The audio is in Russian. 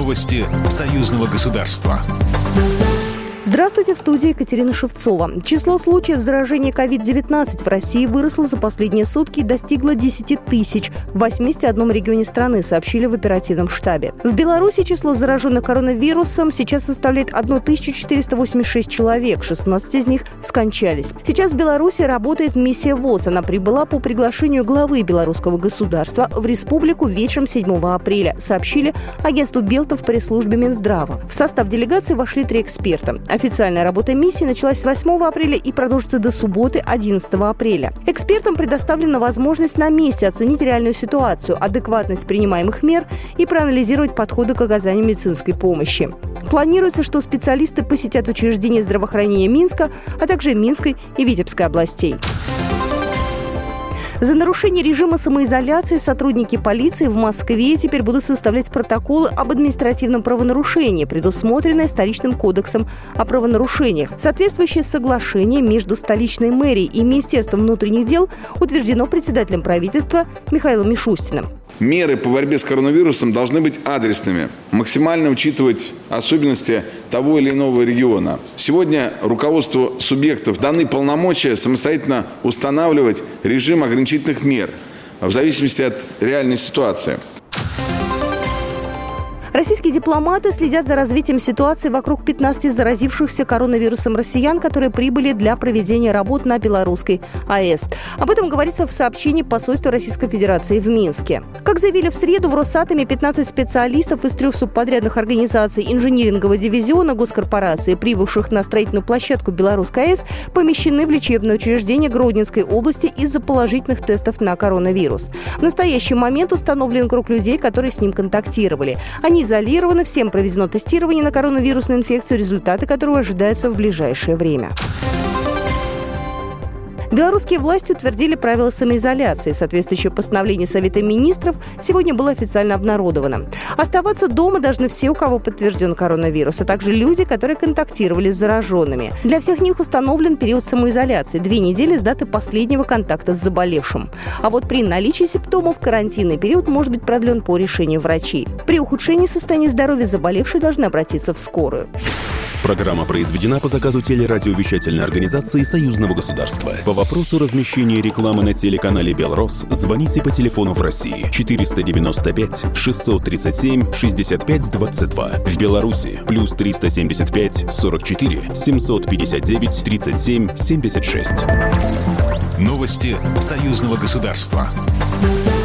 Новости союзного государства. Здравствуйте, в студии Екатерина Шевцова. Число случаев заражения COVID-19 в России выросло за последние сутки и достигло 10 тысяч в 81 регионе страны, сообщили в оперативном штабе. В Беларуси число зараженных коронавирусом сейчас составляет 1486 человек, 16 из них скончались. Сейчас в Беларуси работает миссия ВОЗ. Она прибыла по приглашению главы белорусского государства в республику вечером 7 апреля, сообщили агентству Белта в пресс-службе Минздрава. В состав делегации вошли 3 эксперта. Официальная работа миссии началась 8 апреля и продолжится до субботы 11 апреля. Экспертам предоставлена возможность на месте оценить реальную ситуацию, адекватность принимаемых мер и проанализировать подходы к оказанию медицинской помощи. Планируется, что специалисты посетят учреждения здравоохранения Минска, а также Минской и Витебской областей. За нарушение режима самоизоляции сотрудники полиции в Москве теперь будут составлять протоколы об административном правонарушении, предусмотренное столичным кодексом о правонарушениях. Соответствующее соглашение между столичной мэрией и Министерством внутренних дел утверждено председателем правительства Михаилом Мишустиным. Меры по борьбе с коронавирусом должны быть адресными, максимально учитывать особенности того или иного региона. Сегодня руководству субъектов даны полномочия самостоятельно устанавливать режим ограничительных мер в зависимости от реальной ситуации. Российские дипломаты следят за развитием ситуации вокруг 15 заразившихся коронавирусом россиян, которые прибыли для проведения работ на белорусской АЭС. Об этом говорится в сообщении посольства Российской Федерации в Минске. Как заявили в среду, в Росатоме 15 специалистов из 3 субподрядных организаций инжинирингового дивизиона госкорпорации, прибывших на строительную площадку белорусской АЭС, помещены в лечебное учреждение Гродненской области из-за положительных тестов на коронавирус. В настоящий момент установлен круг людей, которые с ним контактировали. Они изолированы, всем проведено тестирование на коронавирусную инфекцию, результаты которого ожидаются в ближайшее время. Белорусские власти утвердили правила самоизоляции. Соответствующее постановление Совета министров сегодня было официально обнародовано. Оставаться дома должны все, у кого подтвержден коронавирус, а также люди, которые контактировали с зараженными. Для всех них установлен период самоизоляции – 2 недели с даты последнего контакта с заболевшим. А вот при наличии симптомов карантинный период может быть продлен по решению врачей. При ухудшении состояния здоровья заболевшие должны обратиться в скорую. Программа произведена по заказу телерадиовещательной организации Союзного государства. По вопросу размещения рекламы на телеканале «Белрос» звоните по телефону в России 495 637 65 22. В Беларуси плюс 375 44 759 37 76. Новости союзного государства.